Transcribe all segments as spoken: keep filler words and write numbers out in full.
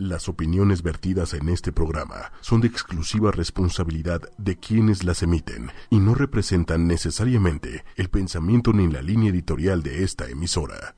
Las opiniones vertidas en este programa son de exclusiva responsabilidad de quienes las emiten y no representan necesariamente el pensamiento ni la línea editorial de esta emisora.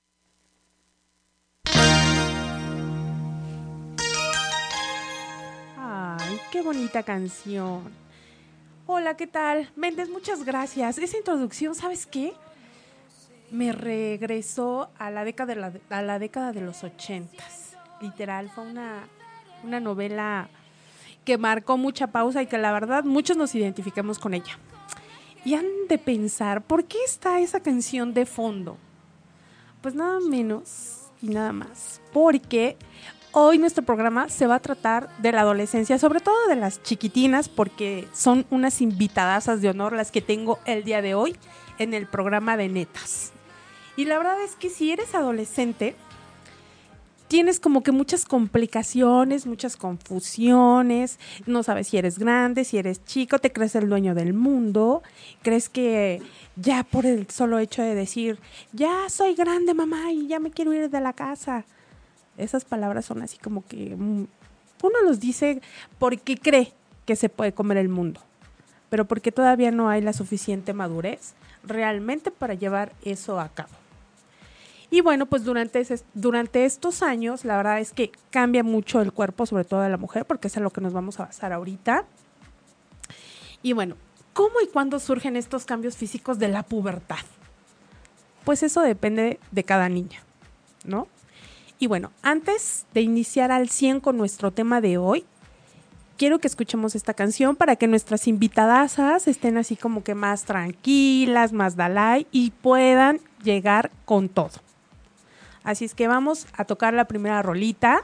Ay, qué bonita canción. Hola, ¿qué tal? Méndez, muchas gracias. Esa introducción, ¿sabes qué? Me regresó a la década de, la, a la década de los ochentas. Literal, fue una, una novela que marcó mucha pausa y que la verdad muchos nos identificamos con ella. Y han de pensar, ¿por qué está esa canción de fondo? Pues nada menos y nada más, porque hoy nuestro programa se va a tratar de la adolescencia, sobre todo de las chiquitinas, porque son unas invitadasas de honor las que tengo el día de hoy en el programa de Netas. Y la verdad es que si eres adolescente, tienes como que muchas complicaciones, muchas confusiones, no sabes si eres grande, si eres chico, te crees el dueño del mundo, crees que ya por el solo hecho de decir, ya soy grande, mamá, y ya me quiero ir de la casa. Esas palabras son así como que uno los dice porque cree que se puede comer el mundo, pero porque todavía no hay la suficiente madurez realmente para llevar eso a cabo. Y bueno, pues durante, ese, durante estos años, la verdad es que cambia mucho el cuerpo, sobre todo de la mujer, porque es a lo que nos vamos a basar ahorita. Y bueno, ¿cómo y cuándo surgen estos cambios físicos de la pubertad? Pues eso depende de cada niña, ¿no? Y bueno, antes de iniciar al cien con nuestro tema de hoy, quiero que escuchemos esta canción para que nuestras invitadasas estén así como que más tranquilas, más dalai y puedan llegar con todo. Así es que vamos a tocar la primera rolita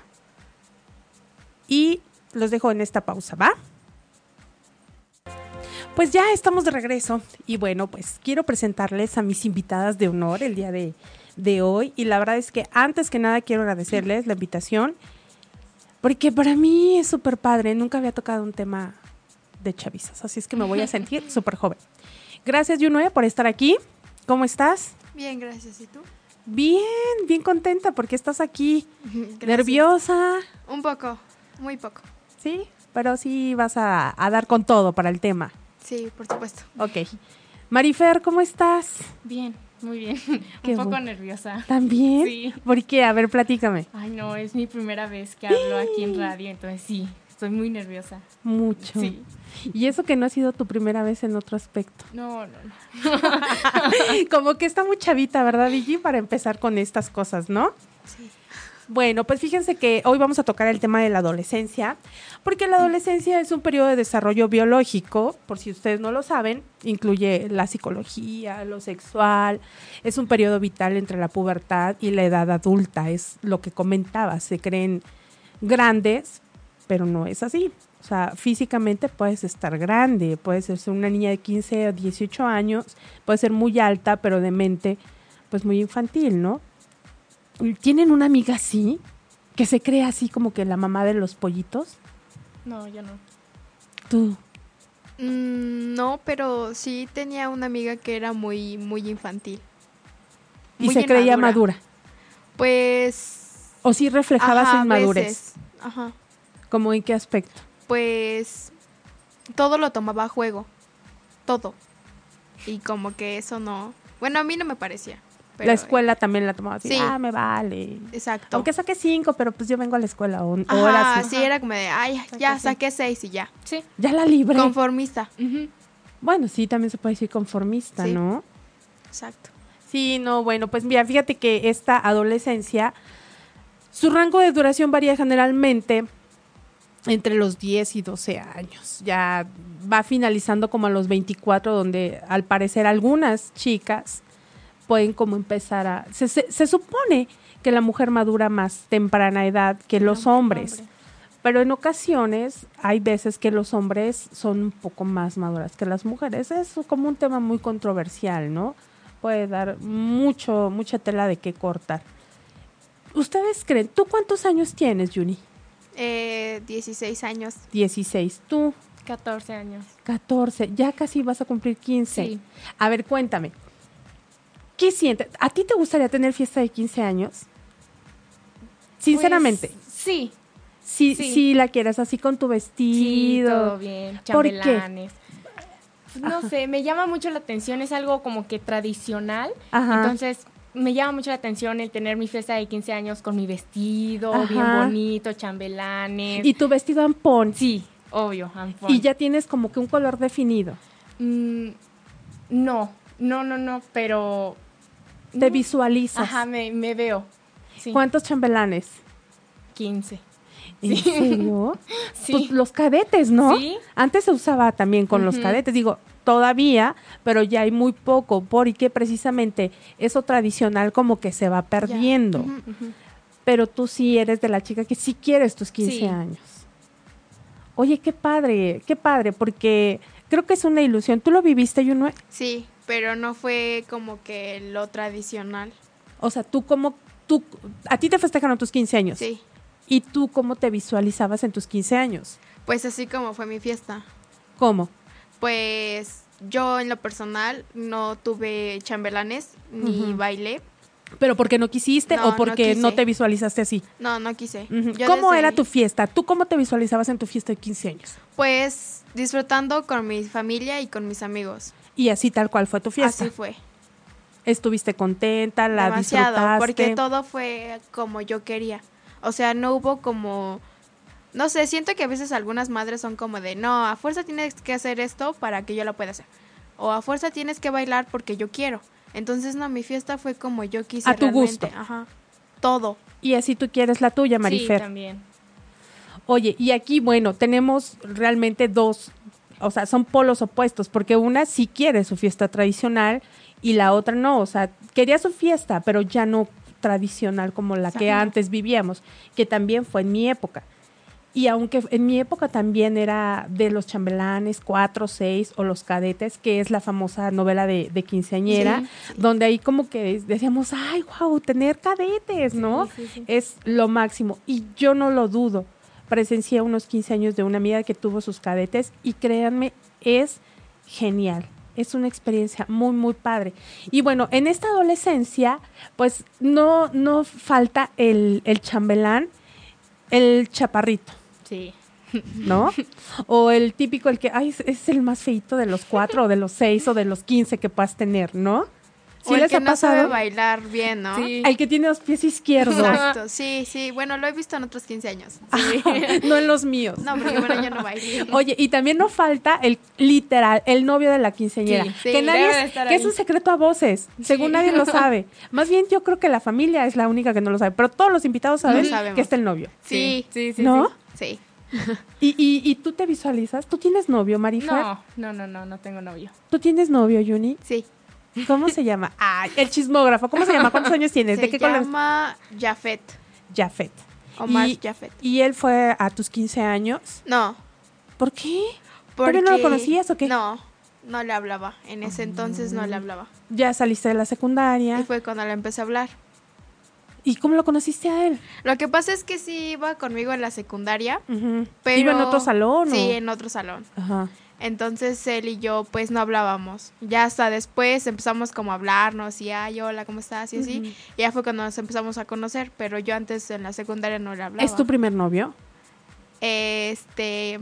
y los dejo en esta pausa, ¿va? Pues ya estamos de regreso y bueno, pues quiero presentarles a mis invitadas de honor el día de, de hoy y la verdad es que antes que nada quiero agradecerles la invitación porque para mí es súper padre, nunca había tocado un tema de chavizas, así es que me voy a sentir súper joven. Gracias, Yunue, por estar aquí. ¿Cómo estás? Bien, gracias. ¿Y tú? Bien, bien contenta porque estás aquí. ¿Nerviosa? Un poco, muy poco. Sí, pero sí vas a, a dar con todo para el tema. Sí, por supuesto. Ok. Marifer, ¿cómo estás? Bien, muy bien. Qué Un poco bueno. nerviosa. ¿También? Sí. ¿Por qué? A ver, platícame. Ay, no, es mi primera vez que hablo aquí en radio, entonces sí, estoy muy nerviosa. Mucho. Sí. Y eso que no ha sido tu primera vez en otro aspecto. No, no, no. Como que está muy chavita, ¿verdad, Gigi? Para empezar con estas cosas, ¿no? Sí. Bueno, pues fíjense que hoy vamos a tocar el tema de la adolescencia, porque la adolescencia es un periodo de desarrollo biológico, por si ustedes no lo saben, incluye la psicología, lo sexual, es un periodo vital entre la pubertad y la edad adulta, es lo que comentaba, se creen grandes, pero no es así. O sea, físicamente puedes estar grande, puedes ser una niña de quince o dieciocho años, puede ser muy alta, pero de mente, pues muy infantil, ¿no? ¿Tienen una amiga así? Que se cree así como que la mamá de los pollitos. No, yo no. ¿Tú? Mm, no, pero sí tenía una amiga que era muy, muy infantil. ¿Y Muy se creía inmadura. madura? Pues... ¿O sí reflejaba ajá, su a inmadurez? veces. Ajá. ¿Cómo en qué aspecto? Pues todo lo tomaba a juego. Todo. Y como que eso no... Bueno, a mí no me parecía. Pero, la escuela también la tomaba así, sí. ah, me vale. Exacto. Aunque saqué cinco, pero pues yo vengo a la escuela. O, Ajá, o era así. sí, era como de, ay, ya Saqué saqué seis y ya. Sí. Ya la libré. Conformista. Uh-huh. Bueno, sí, también se puede decir conformista, Sí. ¿no? Exacto. Sí, no, bueno, pues mira, fíjate que esta adolescencia, su rango de duración varía generalmente entre los diez y doce años. Ya va finalizando como a los veinticuatro, donde al parecer algunas chicas pueden como empezar a... Se, se, se supone que la mujer madura más temprana edad que los hombres, hombre. Pero en ocasiones hay veces que los hombres son un poco más maduras que las mujeres. Es como un tema muy controversial, ¿no? Puede dar mucho, mucha tela de qué cortar. ¿Ustedes creen? ¿Tú cuántos años tienes, Yuni? Eh, dieciséis años. dieciséis. ¿Tú? catorce años. catorce. Ya casi vas a cumplir quince. Sí. A ver, cuéntame. ¿Qué sientes? ¿A ti te gustaría tener fiesta de quince años? Sinceramente. Pues, sí, sí, Sí. sí la quieres así con tu Sí, vestido. todo bien, ¿Por qué? chambelanes. Pues no sé, me llama mucho la atención, es algo como que tradicional. Ajá. Entonces, me llama mucho la atención el tener mi fiesta de quince años con mi vestido, Ajá. bien bonito, chambelanes. Y tu vestido ampón. Sí, obvio, ampón. Y ya tienes como que un color definido. Mm, no, no, no, no, pero... Te no. visualizas. Ajá, me, me veo. Sí, ¿Cuántos chambelanes? quince. ¿En Sí. serio? Sí. Pues los cadetes, ¿no? Sí. Antes se usaba también con los Ujú. cadetes, digo, todavía, pero ya hay muy poco, porque precisamente eso tradicional como que se va perdiendo. Ujú. Ujú. Pero tú sí eres de la chica que sí quieres tus quince Sí. años. Oye, qué padre, qué padre, porque creo que es una ilusión. ¿Tú lo viviste, Yunue? Sí, pero no fue como que lo tradicional. O sea, tú cómo, tú, a ti te festejaron tus quince años. Sí, ¿Y tú cómo te visualizabas en tus quince años? pues así como fue mi fiesta. ¿Cómo? Pues yo en lo personal no tuve chambelanes ni Ujú. bailé. ¿Pero porque no quisiste No, o porque no no, quise. te visualizaste así? No, no quise. Ujú. Yo ¿Cómo desde- era tu fiesta? ¿Tú cómo te visualizabas en tu fiesta de quince años? Pues disfrutando con mi familia y con mis amigos. Y así tal cual fue tu fiesta. Así fue. ¿Estuviste contenta? ¿La Demasiado, disfrutaste? porque todo fue como yo quería. O sea, no hubo como... No sé, siento que a veces algunas madres son como de, no, a fuerza tienes que hacer esto para que yo lo pueda hacer. O a fuerza tienes que bailar porque yo quiero. Entonces, no, mi fiesta fue como yo quise A tu realmente. gusto. Ajá. Todo. Y así tú quieres la tuya, Sí, Marifer. también. Oye, y aquí, bueno, tenemos realmente dos, o sea, son polos opuestos, porque una sí quiere su fiesta tradicional y la otra no, o sea, quería su fiesta, pero ya no tradicional como la que Ajá. antes vivíamos, que también fue en mi época. Y aunque en mi época también era de los chambelanes, cuatro, seis o los cadetes, que es la famosa novela de, de quinceañera, Sí, sí. donde ahí como que decíamos, ay, wow, tener cadetes, ¿no? Sí, sí, sí. Es lo máximo. Y yo no lo dudo. Presencié unos quince años de una amiga que tuvo sus cadetes y créanme, es genial. Es una experiencia muy, muy padre. Y bueno, en esta adolescencia, pues no, no falta el, el chambelán, el chaparrito, Sí. ¿no? O el típico, el que, ay, es, es el más feito de los cuatro, o de los seis, o de los quince que puedas tener, ¿no? ¿Sí o el les que ha no sabe pasado? bailar bien, ¿no? Sí. El que tiene los pies izquierdos. Exacto, sí, sí. Bueno, lo he visto en otros quince años. No en los míos. No, porque bueno, yo no bailé. Oye, y también no falta el literal, el novio de la quinceañera. Sí, que sí, nadie debe de es, estar que es ahí. un secreto a voces. Según nadie lo sabe. Más bien yo creo que la familia es la única que no lo sabe. Pero todos los invitados saben sabemos. que está el novio. Sí, sí, sí. ¿No? sí. Y, y, y tú te visualizas. ¿Tú tienes novio, Marifer? No, no, no, no, no tengo novio. ¿Tú tienes novio, Yuni? Sí. ¿Cómo se llama? Ay, el chismógrafo. ¿Cómo se llama? ¿Cuántos años tienes? Se ¿De qué color? llama Jafet. Jafet. Omar Y- Jafet. ¿Y él fue a tus quince años? No. ¿Por qué? Porque... ¿Todavía no lo conocías o qué? No, no le hablaba. En ese entonces no le hablaba. Ya saliste de la secundaria. Y fue cuando le empecé a hablar. ¿Y cómo lo conociste a él? Lo que pasa es que sí iba conmigo en la secundaria, Ujú. pero... ¿Iba en otro salón o? Sí, en otro salón. Ajá. Entonces él y yo pues no hablábamos. Ya hasta después empezamos como a hablarnos y ay, hola, ¿cómo estás? Y así. Ujú. Y ya fue cuando nos empezamos a conocer, pero yo antes en la secundaria no le hablaba. ¿Es tu primer novio? Este,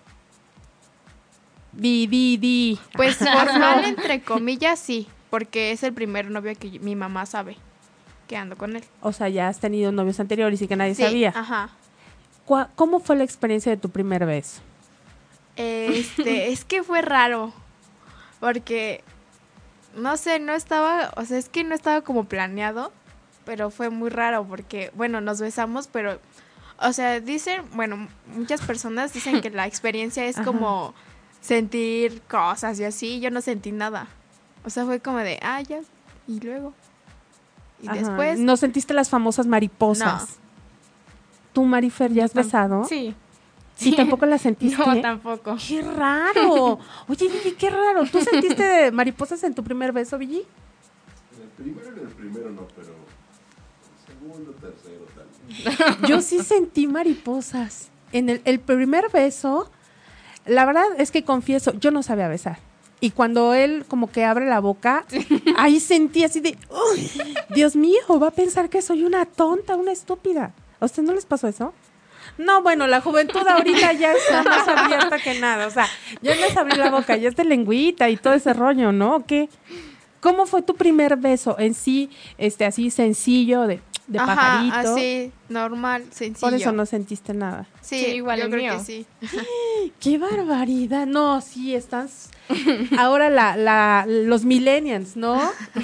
Di, di, di. pues formal entre comillas sí, porque es el primer novio que mi mamá sabe que ando con él. O sea, ya has tenido novios anteriores y que nadie Sí, sabía. ajá. ¿Cuá- ¿Cómo fue la experiencia de tu primer beso? Este, es que fue raro, porque, no sé, no estaba, o sea, es que no estaba como planeado, pero fue muy raro porque, bueno, nos besamos, pero, o sea, dicen, bueno, muchas personas dicen que la experiencia es Ajá. como sentir cosas y así, yo no sentí nada. O sea, fue como de, ah, ya, y luego. Y Ajá. después, ¿No sentiste las famosas mariposas? ¿Tú, Marifer, ya has besado? Sí. ¿Sí, tampoco las sentiste? No, tampoco. ¡Qué raro! Oye, Vivi, qué raro. ¿Tú sentiste mariposas en tu primer beso, Vivi? En el primero, en el primero no, pero el segundo, tercero, tal. Yo sí sentí mariposas. En el, el primer beso, la verdad es que confieso, yo no sabía besar. Y cuando él como que abre la boca, ahí sentí así de, ¡uy! Dios mío, va a pensar que soy una tonta, una estúpida. ¿A usted no les pasó eso? No, bueno, la juventud ahorita ya está más abierta que nada. O sea, ya no es abrir la boca, ya es de lengüita y todo ese rollo, ¿no? ¿Qué? ¿Cómo fue tu primer beso en sí, este, así sencillo, de, de Ajá, pajarito? así, normal, sencillo. Por eso no sentiste nada. Sí, Sí, igual yo el creo mío. que sí. ¡Qué barbaridad! No, sí, estás... Ahora la, la, los millennials, ¿no?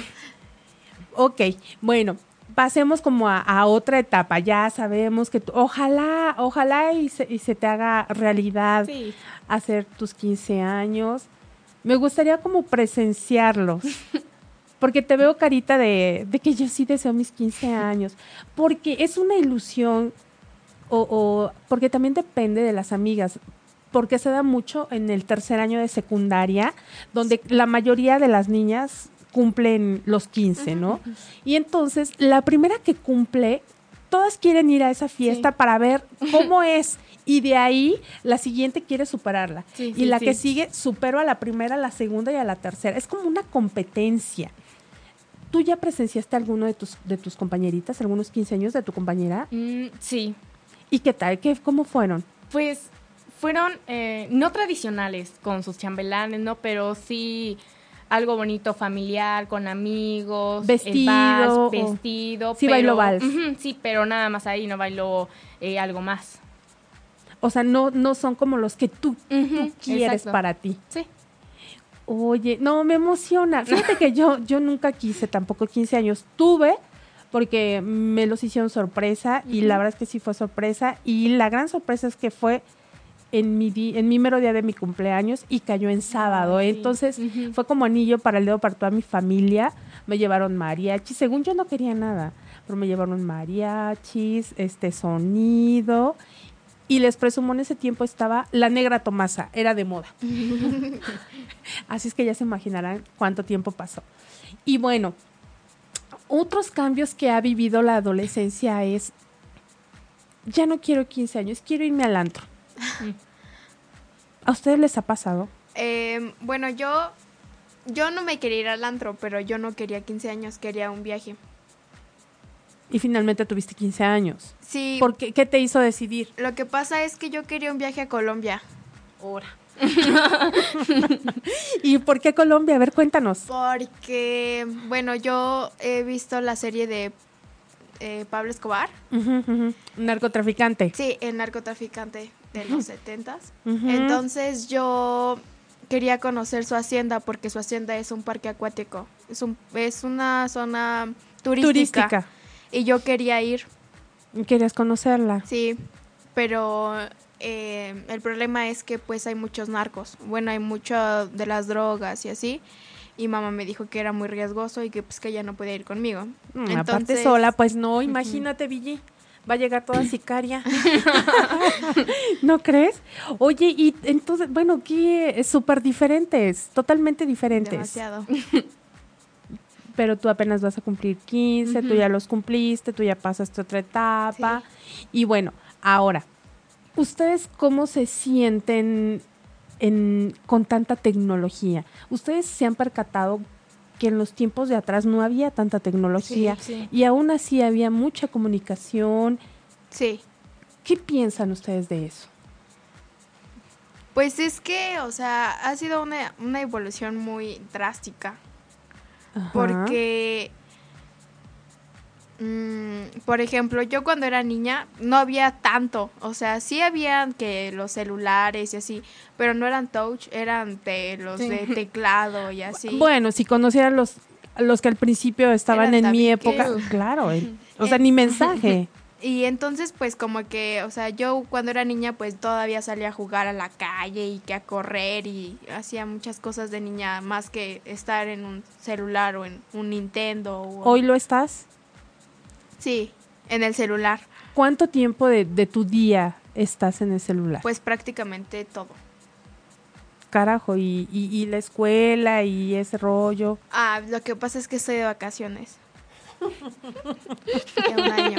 Ok, bueno, pasemos como a, a otra etapa. Ya sabemos que tú- ojalá, ojalá y se, y se te haga realidad Sí. hacer tus quince años. Me gustaría como presenciarlos. Porque te veo carita de, de que yo sí deseo mis quince años. Porque es una ilusión o, o porque también depende de las amigas. Porque se da mucho en el tercer año de secundaria, donde la mayoría de las niñas cumplen los quince, ¿no? Y entonces, la primera que cumple, todas quieren ir a esa fiesta Sí. para ver cómo es. Y de ahí, la siguiente quiere superarla. Sí, y sí, la sí. que sigue, supero a la primera, a la segunda y a la tercera. Es como una competencia. ¿Tú ya presenciaste alguno de tus, de tus compañeritas, algunos quince años de tu compañera? Mm, sí. ¿Y qué tal? ¿Qué, ¿Cómo fueron? Pues fueron eh, no tradicionales con sus chambelanes, ¿no? Pero sí algo bonito, familiar, con amigos. el Vestido, vals, o- vestido. Sí pero, bailó vals. Ujú, sí, pero nada más ahí, no bailó eh, algo más. O sea, no, no son como los que tú, tú Ujú, quieres exacto. para ti. Sí. Oye, no, me emociona. Fíjate que yo, yo nunca quise tampoco quince años. Tuve, porque me los hicieron sorpresa, y Ujú. la verdad es que sí fue sorpresa. Y la gran sorpresa es que fue en mi, di- en mi mero día de mi cumpleaños y cayó en sábado. Ay, sí. Entonces Ujú. fue como anillo para el dedo para toda mi familia. Me llevaron mariachis. Según yo no quería nada, pero me llevaron mariachis, este sonido. Y les presumo, en ese tiempo estaba la negra Tomasa, era de moda. Así es que ya se imaginarán cuánto tiempo pasó. Y bueno, otros cambios que ha vivido la adolescencia es, ya no quiero quince años, quiero irme al antro. ¿A ustedes les ha pasado? Eh, bueno, yo, yo no me quería ir al antro, pero yo no quería quince años, quería un viaje. Y finalmente tuviste quince años. Sí, ¿Por qué? ¿Qué te hizo decidir? lo que pasa es que yo quería un viaje a Colombia. Ahora. ¿Y por qué Colombia? A ver, cuéntanos. Porque, bueno, yo he visto la serie de eh, Pablo Escobar. Ujú, ujú. Narcotraficante. Sí, el narcotraficante de los setentas. Ujú. Entonces yo quería conocer su hacienda porque su hacienda es un parque acuático. Es, un, es una zona turística. Turística. Y yo quería ir, ¿Querías conocerla? sí, pero eh, el problema es que pues hay muchos narcos. Bueno, hay mucho de las drogas y así. Y mamá me dijo que era muy riesgoso y que pues que ella no podía ir conmigo. Mm, aparte sola, pues no, imagínate, Villi. Va a llegar toda sicaria. ¿No crees? Oye, y entonces, bueno, ¿qué? Súper diferentes, totalmente diferentes. Demasiado. Pero tú apenas vas a cumplir quince, tú Ujú. ya los cumpliste, tú ya pasaste otra etapa. Y bueno, ahora, ¿ustedes cómo se sienten en, con tanta tecnología? ¿Ustedes se han percatado que en los tiempos de atrás no había tanta tecnología Sí, sí. y aún así había mucha comunicación? Sí. ¿Qué piensan ustedes de eso? Pues es que, o sea, ha sido una, una evolución muy drástica. Ajá. Porque, mm, por ejemplo, yo cuando era niña no había tanto. O sea, sí habían que los celulares y así, pero no eran touch, eran de los Sí. de teclado y así. Bueno, si conocieran los, los que al principio estaban Eran en mi tabiques. época, claro, eh, o sea, ni mensaje. Y entonces, pues como que, o sea, yo cuando era niña, pues todavía salía a jugar a la calle y que a correr y hacía muchas cosas de niña, más que estar en un celular o en un Nintendo. O, ¿Hoy lo estás? Sí, en el celular, ¿Cuánto tiempo de, de tu día estás en el celular? pues prácticamente todo. Carajo, y, y, y la escuela y ese rollo. Ah, lo que pasa es que estoy de vacaciones. De un año.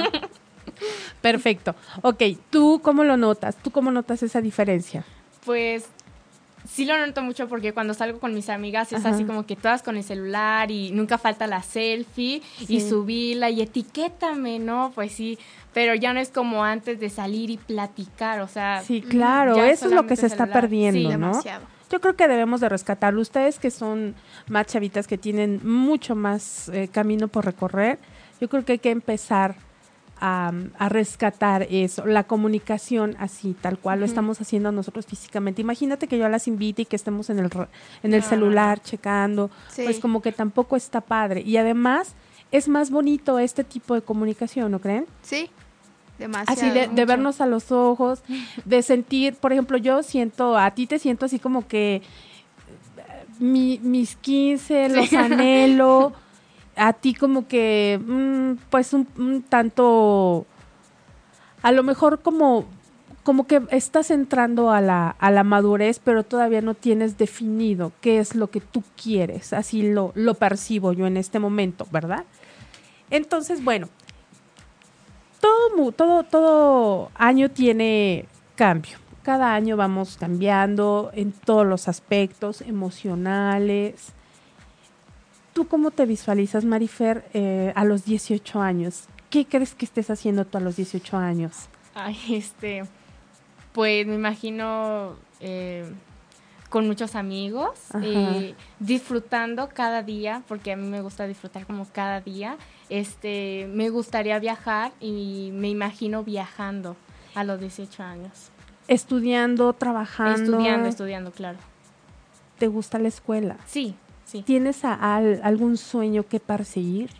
Perfecto. Ok, ¿tú cómo lo notas? ¿Tú cómo notas esa diferencia? Pues sí lo noto mucho porque cuando salgo con mis amigas es Ajá. así como que todas con el celular y nunca falta la selfie Sí. y subirla y etiquétame, ¿no? Pues sí, pero ya no es como antes de salir y platicar, o sea... Sí, claro, ya eso es lo que solamente se está celular. perdiendo, Sí, ¿no? Demasiado. Yo creo que debemos de rescatarlo. Ustedes que son más chavitas, que tienen mucho más eh, camino por recorrer, yo creo que hay que empezar a, a rescatar eso, la comunicación así, tal cual lo Ujú. estamos haciendo nosotros físicamente. Imagínate que yo las invite y que estemos en el, re- en el No, no, celular no. checando, Sí. pues como que tampoco está padre. Y además es más bonito este tipo de comunicación, ¿no creen? Sí, demasiado. Así de, de mucho. vernos a los ojos, de sentir, por ejemplo, yo siento, a ti te siento así como que eh, mi- mis quince los anhelo, a ti como que, mm, pues un, un tanto, a lo mejor como, como que estás entrando a la, a la madurez, pero todavía no tienes definido qué es lo que tú quieres, así lo, lo percibo yo en este momento, ¿verdad? Entonces, bueno, todo, mu- todo, todo año tiene cambio. Cada año vamos cambiando en todos los aspectos emocionales. ¿Tú cómo te visualizas, Marifer, eh, a los dieciocho años? ¿Qué crees que estés haciendo tú a los dieciocho años? Ay, este, pues me imagino eh, con muchos amigos, Ajá. eh, disfrutando cada día, porque a mí me gusta disfrutar como cada día. Este, me gustaría viajar y me imagino viajando a los dieciocho años. Estudiando, trabajando. Estudiando, estudiando, claro. ¿Te gusta la escuela? Sí, sí. ¿Tienes a- al- algún sueño que perseguir?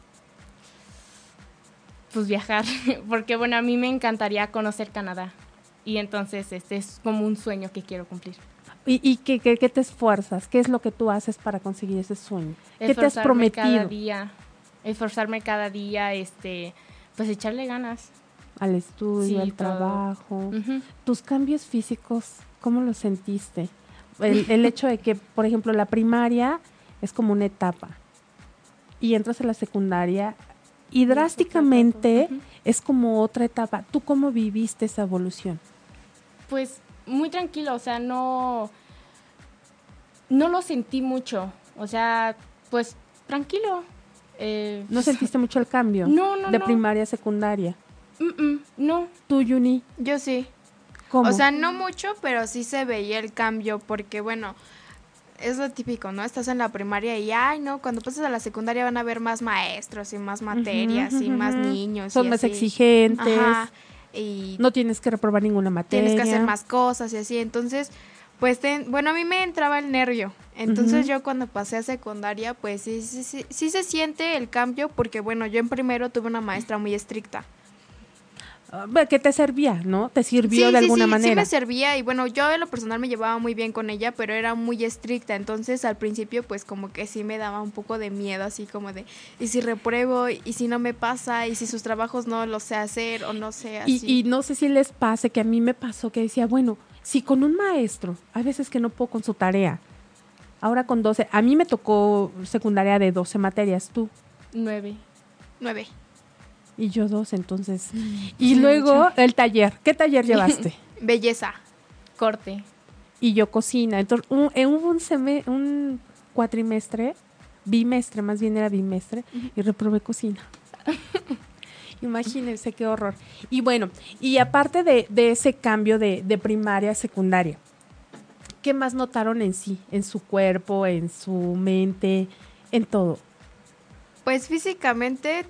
Pues viajar, porque bueno, a mí me encantaría conocer Canadá. Y entonces este es como un sueño que quiero cumplir. ¿Y, y qué, qué- qué te esfuerzas? ¿Qué es lo que tú haces para conseguir ese sueño? ¿Qué te has Esforzarme cada prometido día, esforzarme cada día, este, pues echarle ganas. al estudio, Sí, al todo. trabajo? Ujú. ¿Tus cambios físicos, cómo los sentiste? El, el hecho de que, por ejemplo, la primaria es como una etapa y entras a la secundaria y es otra drásticamente etapa. Ujú. es como otra etapa. ¿Tú cómo viviste esa evolución? Pues muy tranquilo, o sea, no, no lo sentí mucho, o sea, pues tranquilo. Eh, ¿No sentiste mucho el cambio? No, no, De no. primaria a secundaria. mm, mm, no, ¿Tú, Yuni? Yo sí. ¿Cómo? O sea, no mucho, pero sí se veía el cambio porque, bueno, es lo típico, ¿no? Estás en la primaria y, ay, no, cuando pases a la secundaria van a haber más maestros y más materias Ujú, y más ujú. niños. Son y más así. exigentes. Ajá. Y No tienes que reprobar ninguna materia. tienes que hacer más cosas y así. Entonces, pues, ten- bueno, a mí me entraba el nervio. Entonces, Ujú. yo cuando pasé a secundaria, pues sí, sí, sí, sí se siente el cambio porque, bueno, yo en primero tuve una maestra muy estricta. Ah, bueno, que te servía, ¿no? Te sirvió Sí, de sí, alguna sí, manera. sí me servía y bueno, yo en lo personal me llevaba muy bien con ella, pero era muy estricta, entonces al principio pues como que sí me daba un poco de miedo, así como de, ¿y si repruebo? ¿Y si no me pasa? ¿Y si sus trabajos no los sé hacer o no sé así? Y, y no sé si les pase que a mí me pasó que decía, bueno, si con un maestro, hay veces que no puedo con su tarea, ahora con doce, a mí me tocó secundaria de doce materias, tú nueve. Nueve. y yo dos, entonces. Y Sí, luego mucho. el taller, ¿qué taller llevaste? Belleza. Corte. Y yo cocina, entonces un, en un, seme- un cuatrimestre, bimestre, más bien era bimestre, y reprobé cocina. Imagínense qué horror. Y bueno, y aparte de, de ese cambio de, de primaria a secundaria, ¿qué más notaron en sí? En su cuerpo, en su mente, en todo. Pues físicamente,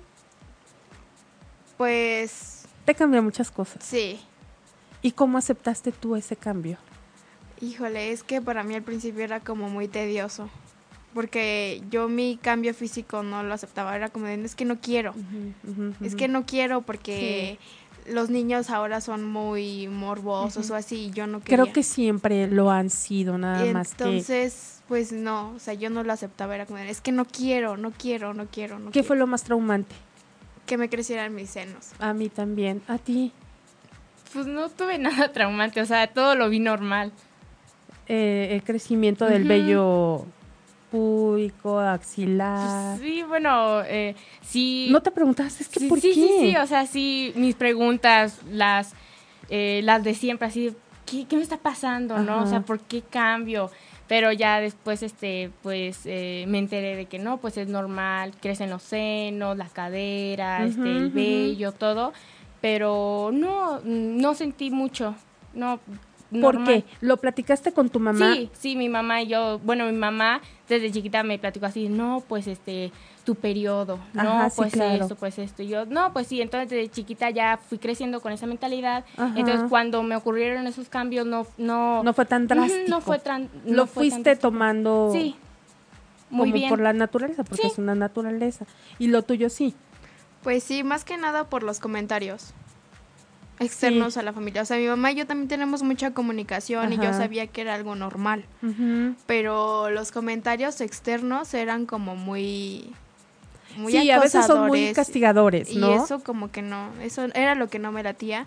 pues Te cambian muchas cosas. sí. ¿Y cómo aceptaste tú ese cambio? Híjole, es que para mí al principio era como muy tedioso, porque yo mi cambio físico no lo aceptaba, era como de, es que no quiero. Ujú, ujú, Es ujú. que no quiero porque los niños ahora son muy morbosos Ujú. o así, y yo no quería. Creo que siempre lo han sido, nada Y más que... entonces, pues no, o sea, yo no lo aceptaba, era como, es que no quiero, no quiero, no quiero, no ¿Qué quiero. fue lo más traumante? Que me crecieran mis senos. A mí también. ¿A ti? Pues no tuve nada traumante, o sea, todo lo vi normal. Eh, el crecimiento del Ujú. vello púbico, axilar. Sí, bueno, eh, sí. No te preguntaste, es que sí, ¿por sí, qué? sí, sí, o sea, sí, mis preguntas, las, eh, las de siempre, así, ¿qué, qué me está pasando, no? Ajá. O sea, ¿por qué cambio? Pero ya después, este, pues, eh, me enteré de que no, pues es normal, crecen los senos, la cadera, Ujú, este, el ujú. vello, todo. Pero no, no sentí mucho, no, ¿Por normal. qué? ¿Lo platicaste con tu mamá? Sí, sí, mi mamá y yo, bueno, mi mamá desde chiquita me platicó así, no, pues este, tu periodo, no, Ajá, sí, pues claro. esto, pues esto. Y yo, no, pues sí, entonces desde chiquita ya fui creciendo con esa mentalidad. Ajá. Entonces cuando me ocurrieron esos cambios, no, no, No fue tan Ujú, drástico. no fue tan, no Lo fue tan fuiste drástico. tomando Sí, muy como bien. por la naturaleza, porque Sí. es una naturaleza. Y lo tuyo sí. Pues sí, más que nada por los comentarios externos Sí. a la familia. O sea, mi mamá y yo también tenemos mucha comunicación y yo Ajá. sabía que era algo normal. Ujú. Pero los comentarios externos eran como muy... muy Sí, a veces son muy acosadores, castigadores, ¿no? Y eso como que no, eso era lo que no me latía.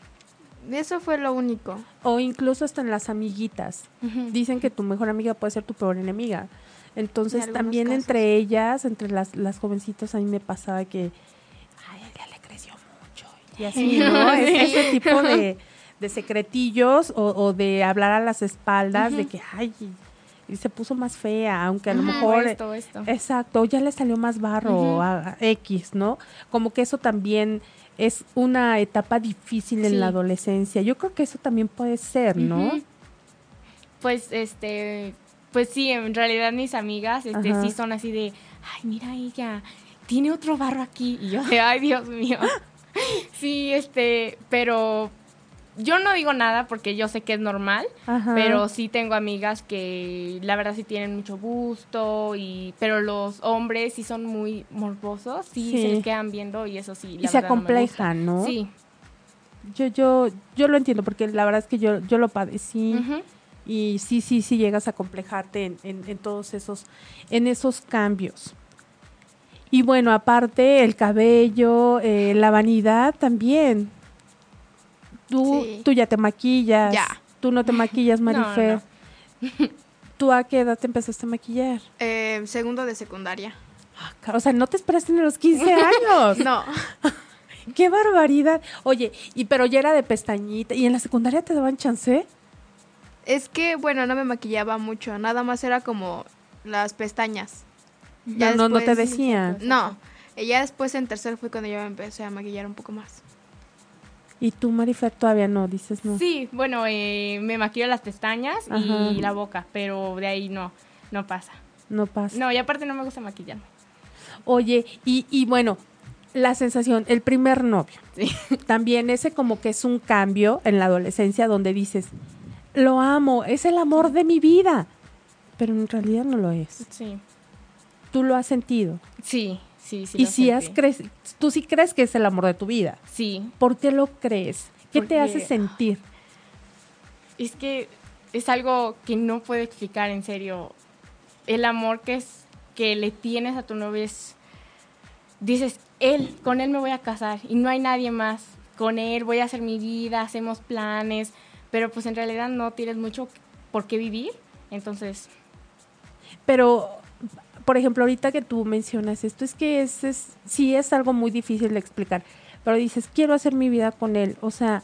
Eso fue lo único. O incluso hasta en las amiguitas. Ujú. Dicen que tu mejor amiga puede ser tu peor enemiga. En Entonces algunos también casos. entre ellas, entre las, las jovencitas, a mí me pasaba que, ay, ya le creció mucho. Y así, ¿no? Es- Sí. ese tipo de, de secretillos o, o de hablar a las espaldas de Ujú. que, ay, y se puso más fea, aunque a lo Ujú, mejor... esto, esto. Exacto, ya le salió más barro, Ujú. a- a X, ¿no? Como que eso también es una etapa difícil en Sí. la adolescencia. Yo creo que eso también puede ser, ¿no? Ujú. Pues, este, pues sí, en realidad mis amigas, este, Ajá. sí son así de, ay, mira ella, tiene otro barro aquí. Y yo de, ay, Dios mío. Sí, este, pero yo no digo nada porque yo sé que es normal, Ajá. pero sí tengo amigas que la verdad sí tienen mucho gusto, y pero los hombres sí son muy morbosos, sí, Sí. se les quedan viendo y eso sí, Y la se verdad no me gusta. acomplejan, ¿no? Sí. Yo, yo, yo lo entiendo porque la verdad es que yo, yo lo padecí. Ujú. Y sí, sí, sí llegas a complejarte en, en, en todos esos, en esos cambios. Y bueno, aparte el cabello, eh, la vanidad también. Tú, Sí. tú ya te maquillas. Ya. Tú no te maquillas, No, Marifer. ¿Tú a qué edad te empezaste a maquillar? Eh, segundo de secundaria. Ah, ca- o sea, no te esperaste ni a los quince años. No, ¡Qué barbaridad! Oye, y pero ya era de pestañita. ¿Y en la secundaria te daban chance? es que, bueno, no me maquillaba mucho. Nada más era como las pestañas. No, Ya no, no te después- decían. No, y ya después en tercero fue cuando yo me empecé a maquillar un poco más. Y tú, Marifer, todavía no, dices no. Sí, bueno, eh, me maquillo las pestañas Ajá. y la boca, pero de ahí no, no pasa. No pasa. No, y aparte no me gusta maquillarme. Oye, y, y bueno, la sensación, el primer novio. Sí. También ese como que es un cambio en la adolescencia donde dices, lo amo, es el amor de mi vida. Pero en realidad no lo es. Sí, Tú lo has sentido. sí, sí, sí. y lo si has sentí. cre- tú sí crees que es el amor de tu vida. Sí, ¿Por qué lo crees? ¿Qué te Porque- hace sentir? es que es algo que no puedo explicar en serio. El amor que es que le tienes a tu novio es, dices, él, con él me voy a casar y no hay nadie más. Con él voy a hacer mi vida, hacemos planes, pero pues en realidad no tienes mucho por qué vivir. Entonces, Pero, por ejemplo, ahorita que tú mencionas esto, es que es, es, sí es algo muy difícil de explicar, pero dices, quiero hacer mi vida con él, o sea,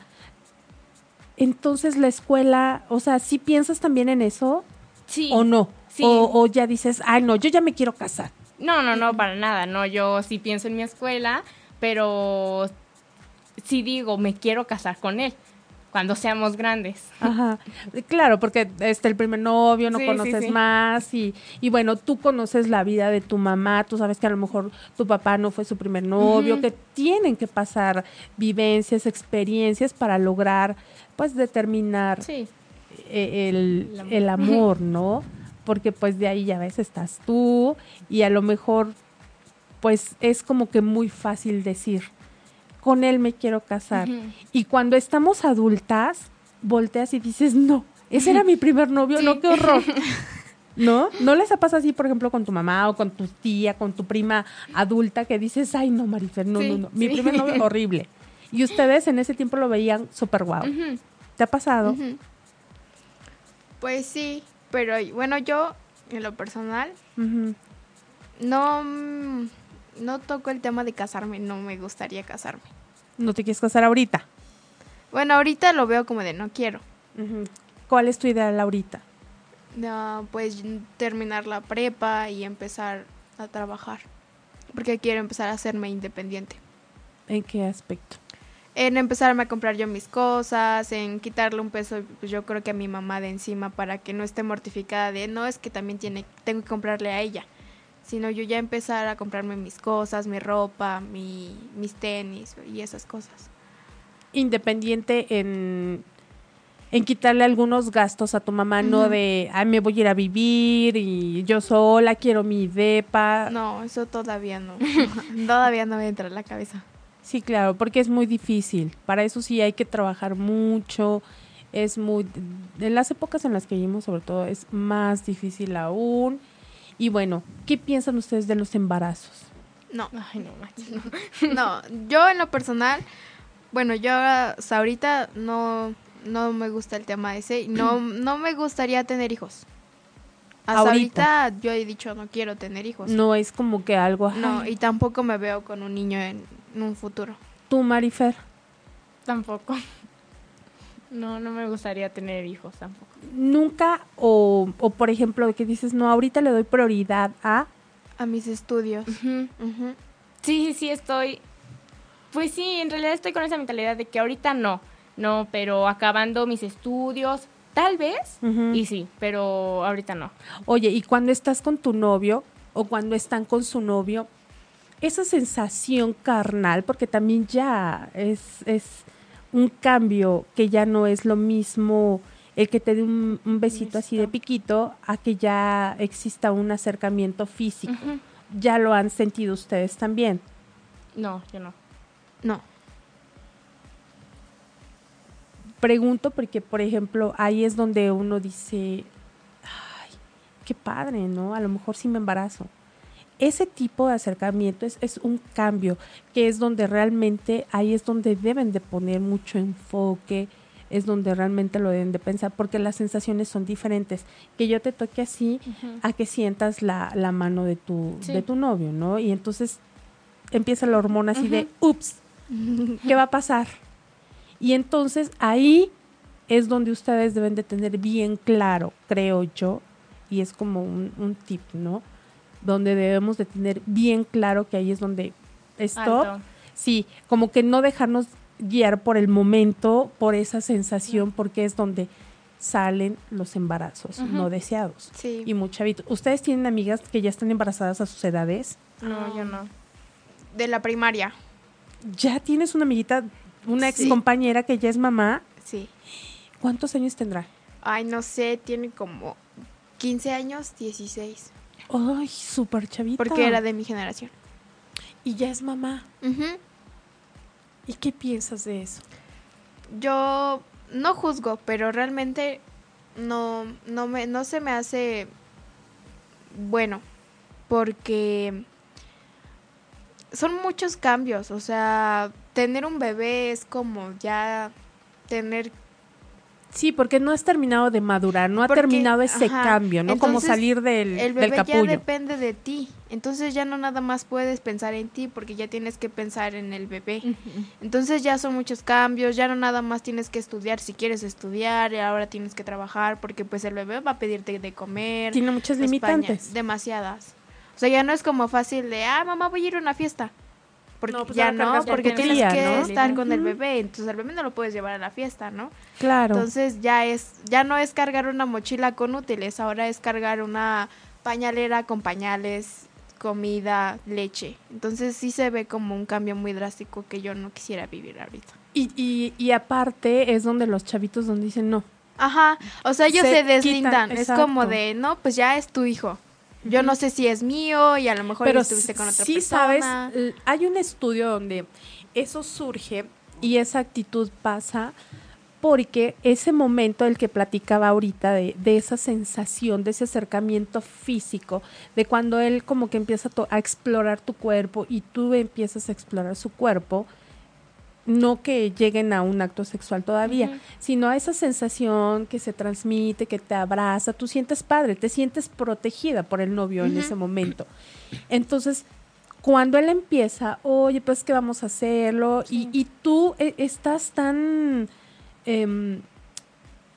entonces la escuela, o sea, ¿sí piensas también en eso sí. o no? Sí. O, o ya dices, ay, no, yo ya me quiero casar. No, no, no, para nada. No, yo sí pienso en mi escuela, pero sí digo, me quiero casar con él cuando seamos grandes. Ajá, claro, porque este el primer novio, no Sí, sí, conoces sí. más y, y bueno, tú conoces la vida de tu mamá, tú sabes que a lo mejor tu papá no fue su primer novio, Ujú. que tienen que pasar vivencias, experiencias para lograr, pues, determinar Sí. eh, el, El amor. el amor, ¿no? Porque pues de ahí ya ves, estás tú y a lo mejor pues es como que muy fácil decir, con él me quiero casar. Ujú. Y cuando estamos adultas, volteas y dices, no, ese era mi primer novio, Sí. no, qué horror. ¿No? ¿No les ha pasado así, por ejemplo, con tu mamá o con tu tía, con tu prima adulta que dices, ay, no, Marifer, no, Sí, no, no, mi sí. primer novio horrible? Y ustedes en ese tiempo lo veían súper guau. Ujú. ¿Te ha pasado? Ujú. Pues sí, pero bueno, yo en lo personal Ujú. no, mm, no toco el tema de casarme, no me gustaría casarme. ¿No te quieres casar ahorita? Bueno, ahorita lo veo como de no quiero. Ujú. ¿Cuál es tu ideal ahorita? No, pues terminar la prepa y empezar a trabajar. Porque quiero empezar a hacerme independiente. ¿En qué aspecto? En empezarme a comprar yo mis cosas, en quitarle un peso, pues yo creo que a mi mamá de encima para que no esté mortificada de, no, es que también tiene, tengo que comprarle a ella. Sino yo ya empezar a comprarme mis cosas, mi ropa, mi, mis tenis y esas cosas. Independiente en, en quitarle algunos gastos a tu mamá, uh-huh. no de, ay, me voy a ir a vivir y yo sola quiero mi depa. No, eso todavía no. Todavía no me entra en la cabeza. Sí, claro, porque es muy difícil. Para eso sí hay que trabajar mucho. Es muy, en las épocas en las que vivimos, sobre todo, es más difícil aún. Y bueno, ¿qué piensan ustedes de los embarazos? No. Ay, no, no. no, yo en lo personal, bueno, yo hasta ahorita no, no me gusta el tema ese. No, no me gustaría tener hijos. Hasta ahorita. ahorita yo he dicho no quiero tener hijos. No es como que algo... No, ay. Y tampoco me veo con un niño en, en un futuro. ¿Tú, Marifer? Tampoco. No, no me gustaría tener hijos tampoco. ¿Nunca o, o por ejemplo, que dices, no, ahorita le doy prioridad a... A mis estudios. Uh-huh. Uh-huh. Sí, sí, sí, estoy... Pues sí, en realidad estoy con esa mentalidad de que ahorita no. No, pero acabando mis estudios... Tal vez, uh-huh. y sí, pero ahorita no. Oye, y cuando estás con tu novio o cuando están con su novio, esa sensación carnal, porque también ya es, es un cambio que ya no es lo mismo el que te dé un, un besito Listo. Así de piquito a que ya exista un acercamiento físico. Uh-huh. ¿Ya lo han sentido ustedes también? No, yo no. No. Pregunto porque, por ejemplo, ahí es donde uno dice, ay, qué padre, ¿no? A lo mejor sí me embarazo. Ese tipo de acercamiento es, es un cambio, que es donde realmente, ahí es donde deben de poner mucho enfoque, es donde realmente lo deben de pensar, porque las sensaciones son diferentes. Que yo te toque así, uh-huh. a que sientas la, la mano de tu, sí. de tu novio, ¿no? Y entonces empieza la hormona así uh-huh. de, ups, ¿qué va a pasar? Y entonces ahí es donde ustedes deben de tener bien claro, creo yo, y es como un, un tip, ¿no? Donde debemos de tener bien claro que ahí es donde stop, Alto. Sí, como que no dejarnos guiar por el momento, por esa sensación, uh-huh. porque es donde salen los embarazos uh-huh. no deseados. Sí. Y muy chavitos. ¿Ustedes tienen amigas que ya están embarazadas a sus edades? No, um, yo no. De la primaria. ¿Ya tienes una amiguita, una ex sí. compañera que ya es mamá? Sí. ¿Cuántos años tendrá? Ay, no sé, tiene como quince años, dieciséis. Ay, súper chavita. Porque era de mi generación. Y ya es mamá. Uh-huh. ¿Y qué piensas de eso? Yo no juzgo, pero realmente no, no, me, no se me hace bueno, porque son muchos cambios. O sea, tener un bebé es como ya tener... Sí, porque no has terminado de madurar, no porque, ha terminado ese ajá, cambio, ¿no? Entonces, como salir del, el bebé del capullo. Ya depende de ti, entonces ya no nada más puedes pensar en ti porque ya tienes que pensar en el bebé. Uh-huh. Entonces ya son muchos cambios, ya no nada más tienes que estudiar si quieres estudiar, y ahora tienes que trabajar porque pues el bebé va a pedirte de comer. Tiene muchas España, limitantes. Demasiadas. O sea, ya no es como fácil de, ah, mamá, voy a ir a una fiesta. Porque no, pues ya no, porque tienes día, que ¿no? estar uh-huh. con el bebé, entonces el bebé no lo puedes llevar a la fiesta, ¿no? Claro. Entonces ya es, ya no es cargar una mochila con útiles, ahora es cargar una pañalera con pañales, comida, leche. Entonces sí se ve como un cambio muy drástico que yo no quisiera vivir ahorita. Y, y, y aparte es donde los chavitos donde dicen no. Ajá, o sea, ellos se, se deslindan, quitan, es como de, no, pues ya es tu hijo. Yo no sé si es mío y a lo mejor pero estuviste con otra sí persona. Sabes, hay un estudio donde eso surge y esa actitud pasa porque ese momento del que platicaba ahorita de, de esa sensación, de ese acercamiento físico, de cuando él como que empieza a, to- a explorar tu cuerpo y tú empiezas a explorar su cuerpo, no que lleguen a un acto sexual todavía, uh-huh. sino a esa sensación que se transmite, que te abraza, tú sientes padre, te sientes protegida por el novio uh-huh. en ese momento. Entonces, cuando él empieza, oye, pues que vamos a hacerlo, sí. y, y tú eh, estás tan, eh,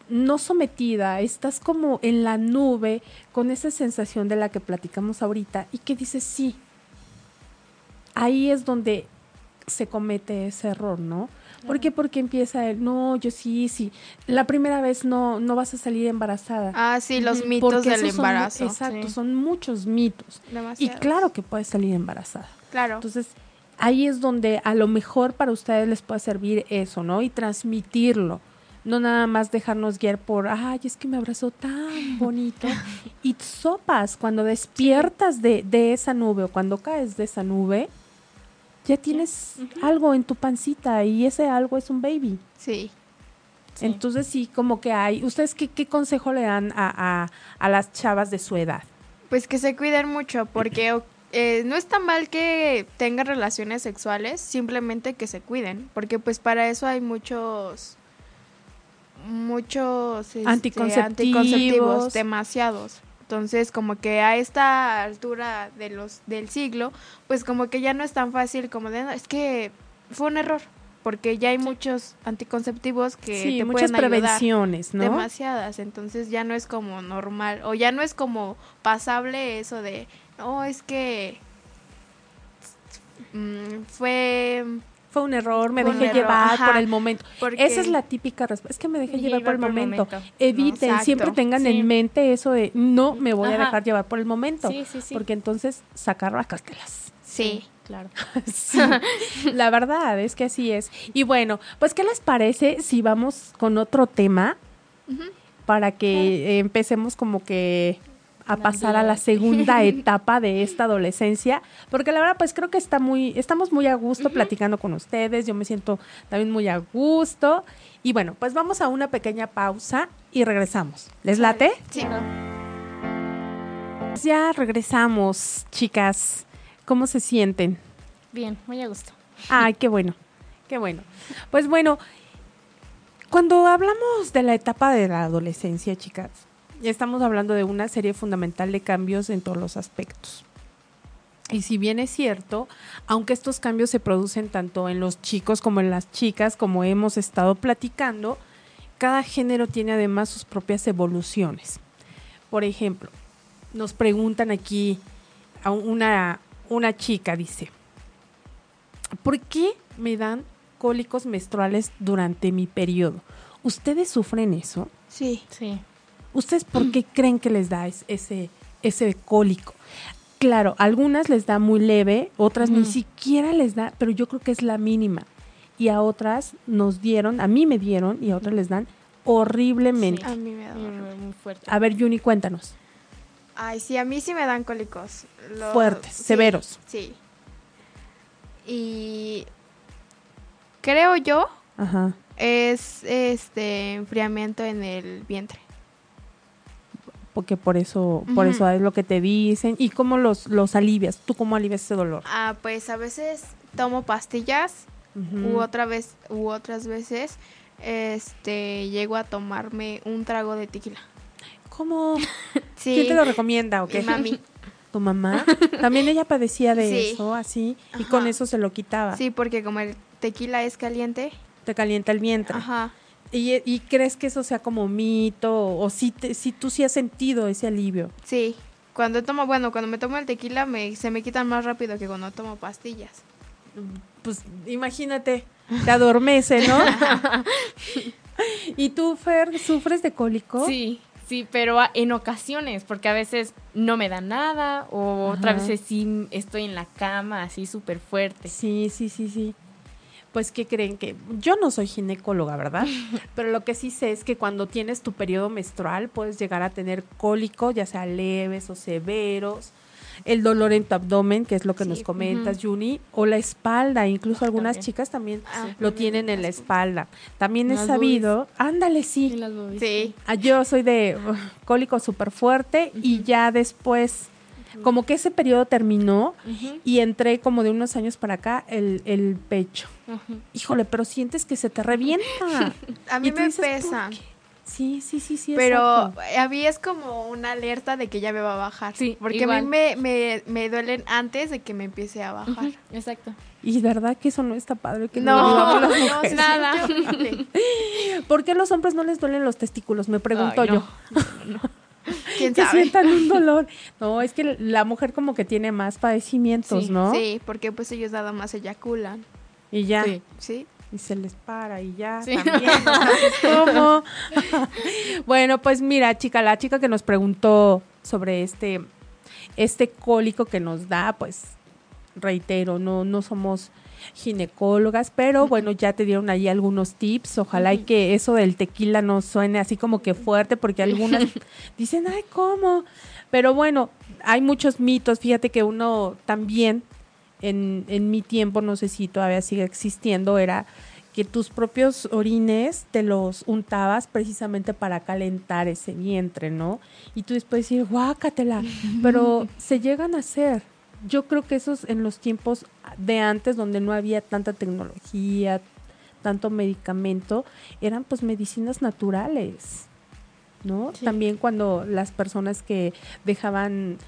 no sometida, estás como en la nube con esa sensación de la que platicamos ahorita y que dices sí. Ahí es donde se comete ese error, ¿no? ¿Por qué? Porque empieza el, no, yo sí, sí. La primera vez no, no vas a salir embarazada. Ah, sí, los Ujú. mitos Porque del esos son- embarazo. exacto, Sí. son muchos mitos. Y Demasiados. claro que puedes salir embarazada. Claro. Entonces, ahí es donde a lo mejor para ustedes les puede servir eso, ¿no? Y transmitirlo. No nada más dejarnos guiar por, ay, es que me abrazó tan bonito. Y sopas, cuando despiertas de, de esa nube o cuando caes de esa nube, ya tienes algo en tu pancita y ese algo es un baby. Sí. Sí. Entonces sí, como que hay. ¿Ustedes qué, qué consejo le dan a, a, a las chavas de su edad? Pues que se cuiden mucho porque eh, no está mal que tengan relaciones sexuales, simplemente que se cuiden, porque pues para eso hay muchos muchos este, Anticonceptivos. anticonceptivos, demasiados. Entonces, como que a esta altura de los del siglo, pues como que ya no es tan fácil como de, "No, es que fue un error", porque ya hay muchos anticonceptivos que Sí, te muchas pueden ayudar. prevenciones, ¿no? Demasiadas, entonces ya no es como normal, o ya no es como pasable eso de, no, es que mm, fue Fue un error, me Fue un dejé error, llevar ajá, por el momento. porque Esa es la típica respuesta. Es que me dejé Dejé llevar por el momento. momento. Eviten, Exacto. siempre tengan Sí. en mente eso de no me voy a Ajá. dejar llevar por el momento. Sí, sí, sí. Porque entonces sacar rascártelas. sí. Claro. Sí, la verdad es que así es. Y bueno, pues ¿qué les parece si vamos con otro tema para que eh, empecemos como que a pasar a la segunda etapa de esta adolescencia? Porque la verdad pues creo que está muy, estamos muy a gusto platicando con ustedes, yo me siento también muy a gusto. Y bueno, pues vamos a una pequeña pausa y regresamos. ¿Les late? Sí. Ya regresamos, chicas. ¿Cómo se sienten? Bien, muy a gusto. Ay, qué bueno, qué bueno. Pues bueno, cuando hablamos de la etapa de la adolescencia, chicas, ya estamos hablando de una serie fundamental de cambios en todos los aspectos. Y si bien es cierto, aunque estos cambios se producen tanto en los chicos como en las chicas, como hemos estado platicando, cada género tiene además sus propias evoluciones. Por ejemplo, nos preguntan aquí a una, una chica, dice, ¿por qué me dan cólicos menstruales durante mi periodo? ¿Ustedes sufren eso? Sí. Sí. ¿Ustedes por qué creen que les da es- ese, ese cólico? Claro, a algunas les da muy leve, otras ni Ujú. siquiera les da, pero yo creo que es la mínima. Y a otras nos dieron, a mí me dieron y a otras les dan horriblemente. A mí me da Muy, horror. muy fuerte. A ver, Juni, cuéntanos. Ay, sí, a mí sí me dan cólicos. Lo- Fuertes, sí, severos. Sí. Y creo yo Ajá. es este enfriamiento en el vientre. Porque por eso, por Ujú. eso es lo que te dicen. ¿Y cómo los, los alivias? ¿Tú cómo alivias ese dolor? Ah, pues a veces tomo pastillas Ujú. u otra vez u otras veces este llego a tomarme un trago de tequila. ¿Cómo? Sí. ¿Quién te lo recomienda o qué? Mi mami. ¿Tu mamá? También ella padecía de Sí. eso, así, y Ajá. con eso se lo quitaba. Sí, porque como el tequila es caliente. Te calienta el vientre. Ajá. ¿Y, y crees que eso sea como mito o si, te, si tú sí has sentido ese alivio? Sí. Cuando tomo, bueno, cuando me tomo el tequila me, se me quitan más rápido que cuando tomo pastillas. Pues imagínate, te adormece, ¿no? ¿Y tú, Fer, sufres de cólico? Sí, sí, pero a- en ocasiones, porque a veces no me da nada o Ajá. otras veces sí estoy en la cama así súper fuerte. Sí, sí, sí, sí. Pues, ¿qué creen? Que yo no soy ginecóloga, ¿verdad? Pero lo que sí sé es que cuando tienes tu periodo menstrual puedes llegar a tener cólico, ya sea leves o severos, el dolor en tu abdomen, que es lo que Sí, nos comentas, Juni, o la espalda, incluso algunas también. chicas también Ah, lo también tienen en la las- espalda. También he Las sabido, ándale, Y sí, las boobies. Sí. ah, yo soy de uh, cólico súper fuerte y ya después, como que ese periodo terminó Ujú, y entré como de unos años para acá el, el pecho. ujú. Híjole, pero sientes que se te revienta. A mí Y tú me dices, ¿por pesa. qué? Sí, sí, sí, sí. Pero exacto. a mí es como una alerta de que ya me va a bajar. Sí, Porque a igual. mí me, me, me duelen antes de que me empiece a bajar. Ujú, exacto. Y verdad que eso no está padre. Que No, lo digamos las no, mujeres. sí, Nada. qué horrible. ¿Por qué a los hombres no les duelen los testículos? Me pregunto Ay, no. yo. ¿Quién Que sabe? sientan un dolor. No, es que la mujer como que tiene más padecimientos, Sí, ¿no? Sí, porque pues ellos nada más eyaculan, Y ya. Sí. ¿sí? Y se les para y ya Sí. también. No sabes cómo. Bueno, pues mira, chica, la chica que nos preguntó sobre este, este cólico que nos da, pues reitero, no, no somos ginecólogas, pero bueno, ya te dieron ahí algunos tips. Ojalá y que eso del tequila no suene así como que fuerte, porque algunas dicen, ay, ¿cómo? Pero bueno, hay muchos mitos. Fíjate que uno también, en, en mi tiempo, no sé si todavía sigue existiendo, era que tus propios orines te los untabas precisamente para calentar ese vientre, ¿no? Y tú después decir, guácatela, pero se llegan a hacer. Yo creo que esos en los tiempos de antes, donde no había tanta tecnología, tanto medicamento, eran pues medicinas naturales, ¿no? Sí. También cuando las personas que dejaban,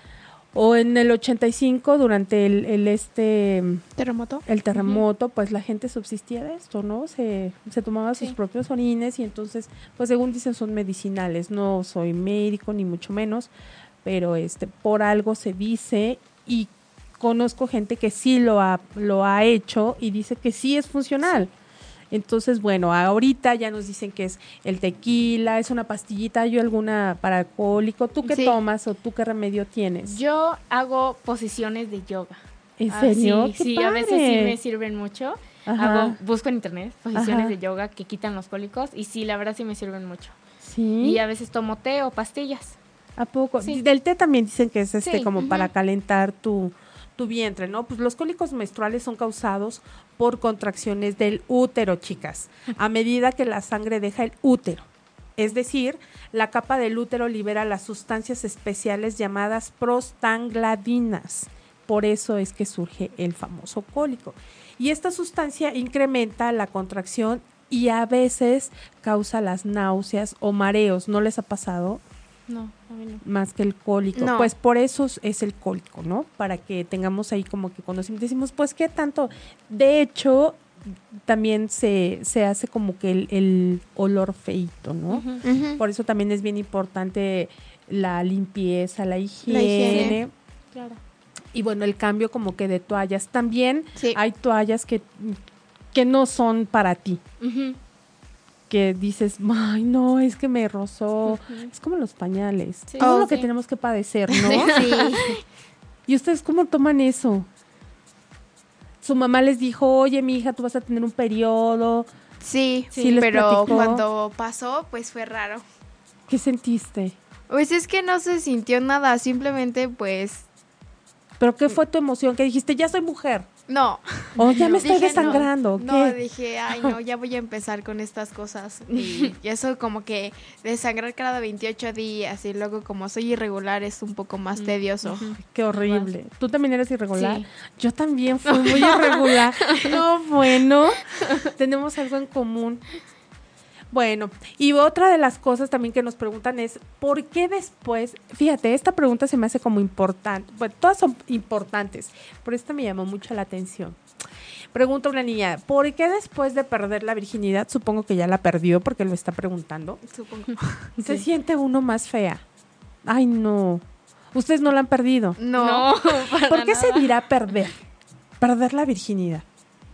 o en el ochenta y cinco, durante el, el este ¿Terremoto? el terremoto, pues la gente subsistía de esto, ¿no? Se, se tomaba sus Sí. propios orines y entonces, pues según dicen, son medicinales. No soy médico, ni mucho menos, pero este, por algo se dice, y conozco gente que sí lo ha, lo ha hecho y dice que sí es funcional. Entonces, bueno, ahorita ya nos dicen que es el tequila, es una pastillita. ¿Hay alguna para alcohólico? ¿Tú qué Sí. tomas o tú qué remedio tienes? Yo hago posiciones de yoga. ¿En Ah, serio? sí, ¡Qué sí, a veces sí padre! me sirven mucho. Ajá. Hago, busco en internet posiciones Ajá. de yoga que quitan los cólicos y sí, la verdad sí me sirven mucho. Sí. Y a veces tomo té o pastillas. ¿A poco? Sí. Del té también dicen que es este Sí, como ujú. para calentar tu, tu vientre, ¿no? Pues los cólicos menstruales son causados por contracciones del útero, chicas, a medida que la sangre deja el útero. Es decir, la capa del útero libera las sustancias especiales llamadas prostaglandinas. Por eso es que surge el famoso cólico. Y esta sustancia incrementa la contracción y a veces causa las náuseas o mareos. ¿No les ha pasado? No, a mí no. Más que el cólico. No. Pues por eso es el cólico, ¿no? Para que tengamos ahí como que conocimiento. Decimos, pues, ¿qué tanto? De hecho, también se, se hace como que el, el olor feito, ¿no? Ujú. Ujú. Por eso también es bien importante la limpieza, la higiene. higiene. Claro. Y bueno, el cambio como que de toallas. También Sí. hay toallas que, que no son para ti. Ujú. Que dices, ay, no, es que me rozó. Ujú. Es como los pañales. Sí. Todo Oh, lo que sí. tenemos que padecer, ¿no? Sí. ¿Y ustedes cómo toman eso? Su mamá les dijo, oye, mi hija, tú vas a tener un periodo. Sí, Sí, les pero platicó. cuando pasó, pues fue raro. ¿Qué sentiste? Pues es que no se sintió nada, simplemente pues ¿Pero qué fue tu emoción? Que dijiste, ya soy mujer. no. O ya me estoy Dije, desangrando. No, ¿qué? no, dije, ay no, ya voy a empezar con estas cosas. Y, y eso como que desangrar cada veintiocho días y luego como soy irregular es un poco más Mm, tedioso. ujú. Qué horrible. ¿Tú también eres irregular? Sí. Yo también fui muy irregular. No, bueno, tenemos algo en común. Bueno, y otra de las cosas también que nos preguntan es, ¿por qué después? Fíjate, esta pregunta se me hace como importante. Bueno, todas son importantes, pero esta me llamó mucho la atención. Pregunta una niña, ¿por qué después de perder la virginidad, supongo que ya la perdió porque lo está preguntando, Supongo. se Sí. siente uno más fea? Ay, no. Ustedes no la han perdido. No. para ¿Por qué se nada. dirá perder? Perder la virginidad.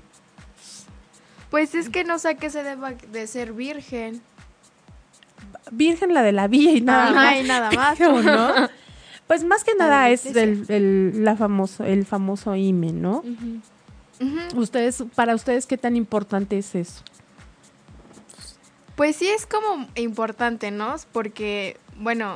Pues es que no sé a qué se deba de ser virgen. Virgen la de la villa y nada Ajá, más. y nada más. Creo, ¿no? Pues más que nada la es el, el, la famoso, el famoso himen, ¿no? Ujú. Ujú. Ustedes, para ustedes, ¿qué tan importante es eso? Pues sí es como importante, ¿no? Porque, bueno,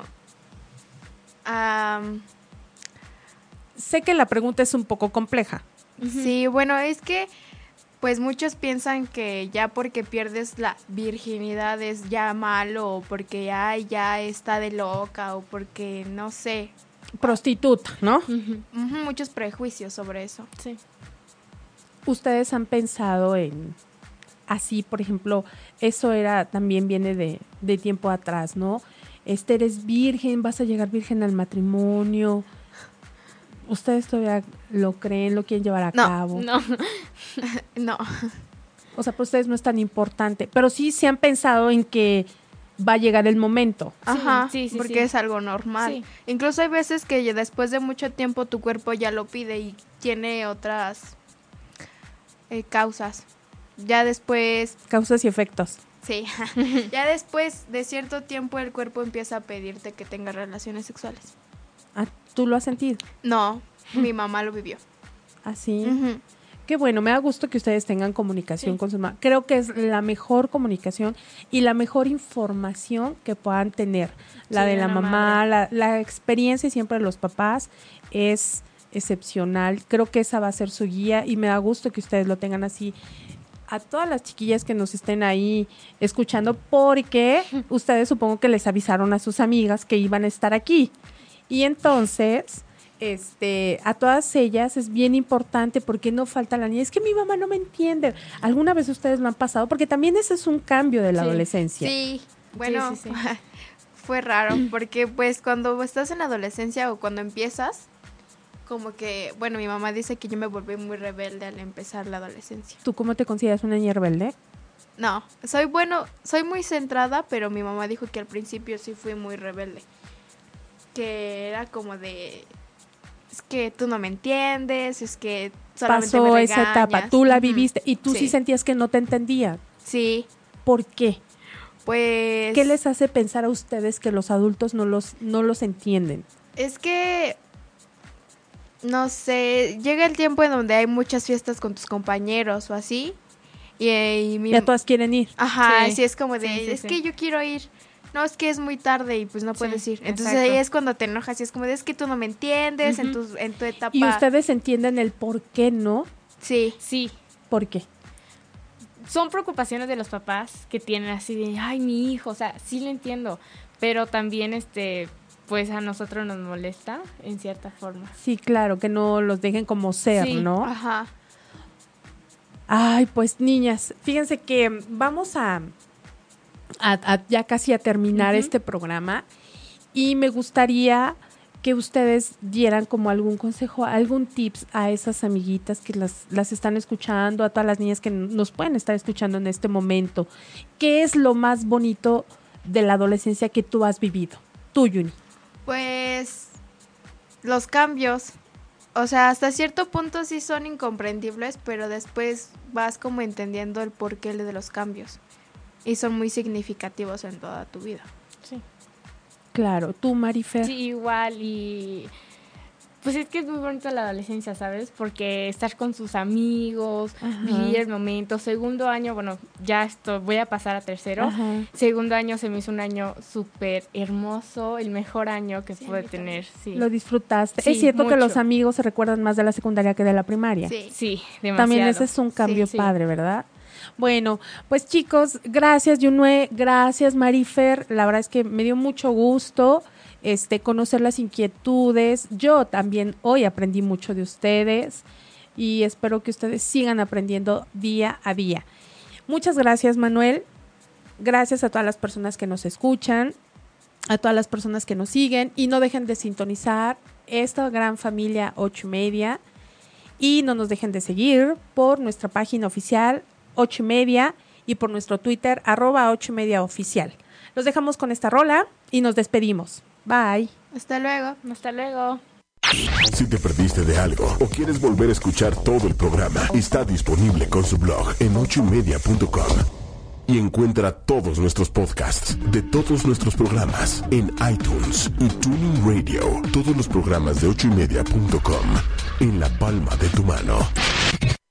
am, Sé que la pregunta es un poco compleja. sí, bueno, es que pues muchos piensan que ya porque pierdes la virginidad es ya malo o porque ay, ya está de loca o porque no sé. Prostituta, ¿no? Ujú. Ujú, muchos prejuicios sobre eso. Sí. Ustedes han pensado en así, por ejemplo, eso era también viene de, de tiempo atrás, ¿no? Este, eres virgen, vas a llegar virgen al matrimonio. ¿Ustedes todavía lo creen, lo quieren llevar a No, cabo? No. No. O sea, para ustedes no es tan importante, pero sí se han pensado en que va a llegar el momento. Ajá, sí, sí, porque sí. es algo normal. Sí. Incluso hay veces que ya después de mucho tiempo tu cuerpo ya lo pide y tiene otras eh, causas. Ya después, Causas y efectos. sí, ya después de cierto tiempo el cuerpo empieza a pedirte que tengas relaciones sexuales. Ah, ¿tú lo has sentido? No, mi mamá lo vivió. Así. Ujú. Qué bueno, me da gusto que ustedes tengan comunicación Sí. con sus mamás. Creo que es la mejor comunicación y la mejor información que puedan tener. La Sí, de la una mamá, la, la experiencia siempre de los papás es excepcional. Creo que esa va a ser su guía y me da gusto que ustedes lo tengan así. A todas las chiquillas que nos estén ahí escuchando, porque ustedes supongo que les avisaron a sus amigas que iban a estar aquí. Y entonces... Este, a todas ellas es bien importante porque no falta la niña. Es que mi mamá no me entiende. ¿Alguna vez ustedes lo han pasado? Porque también ese es un cambio de la Sí. adolescencia. Sí, bueno, sí, sí. fue raro porque pues cuando estás en la adolescencia o cuando empiezas, como que, bueno, mi mamá dice que yo me volví muy rebelde al empezar la adolescencia. ¿Tú cómo te consideras una niña rebelde? No, soy bueno, soy muy centrada, pero mi mamá dijo que al principio sí fui muy rebelde. Que era como de, es que tú no me entiendes, es que solamente Pasó me esa etapa, regañas. tú la Ujú. viviste y tú sí. Sí. sentías que no te entendía. Sí, ¿Por qué? pues... ¿Qué les hace pensar a ustedes que los adultos no los, no los entienden? Es que, no sé, llega el tiempo en donde hay muchas fiestas con tus compañeros o así. Y, y mi... Ya todas quieren ir. Ajá, Sí. sí, es como de, Sí, sí, es sí. que yo quiero ir. No, es que es muy tarde y pues no puedes ir. Entonces exacto. ahí es cuando te enojas y es como de, es que tú no me entiendes en, Ujú. tu, en tu etapa. Y ustedes entienden el por qué no. Sí, Sí. ¿Por qué? Son preocupaciones de los papás que tienen así de, ay, mi hijo, o sea, sí lo entiendo, pero también, este, pues a nosotros nos molesta en cierta forma. Sí, claro, que no los dejen como ser, Sí. ¿no? ajá. Ay, pues niñas, fíjense que vamos a, a- a ya casi a terminar Ujú. este programa y me gustaría que ustedes dieran como algún consejo, algún tips a esas amiguitas que las, las están escuchando, a todas las niñas que nos pueden estar escuchando en este momento. ¿Qué es lo más bonito de la adolescencia que tú has vivido? Tú, Yuni. Pues los cambios, o sea, hasta cierto punto sí son incomprendibles, pero después vas como entendiendo el porqué de los cambios y son muy significativos en toda tu vida. Sí. Claro, tú, Marifer. Sí, igual y pues es que es muy bonito la adolescencia, ¿sabes? Porque estar con sus amigos, Ajá. vivir el momento. Segundo año, bueno, ya esto, voy a pasar a tercero. Ajá. Segundo año se me hizo un año súper hermoso, el mejor año que Sí, pude a mí también. tener. Sí, Lo disfrutaste. Sí, es cierto que mucho. los amigos se recuerdan más de la secundaria que de la primaria. Sí. sí, demasiado. También ese es un cambio sí. padre, ¿verdad? Bueno, pues chicos, gracias Yunue, gracias Marifer, la verdad es que me dio mucho gusto este conocer las inquietudes. Yo también hoy aprendí mucho de ustedes y espero que ustedes sigan aprendiendo día a día. Muchas gracias, Manuel. Gracias a todas las personas que nos escuchan, a todas las personas que nos siguen y no dejen de sintonizar esta gran familia Ocho y Media y no nos dejen de seguir por nuestra página oficial Ocho y Media y por nuestro Twitter arroba Ocho y Media Oficial. Los dejamos con esta rola y nos despedimos. Bye. Hasta luego. Hasta luego. Si te perdiste de algo o quieres volver a escuchar todo el programa, está disponible con su blog en ocho y media punto com. Y encuentra todos nuestros podcasts de todos nuestros programas en iTunes y Tuning Radio. Todos los programas de ocho y media punto com en la palma de tu mano.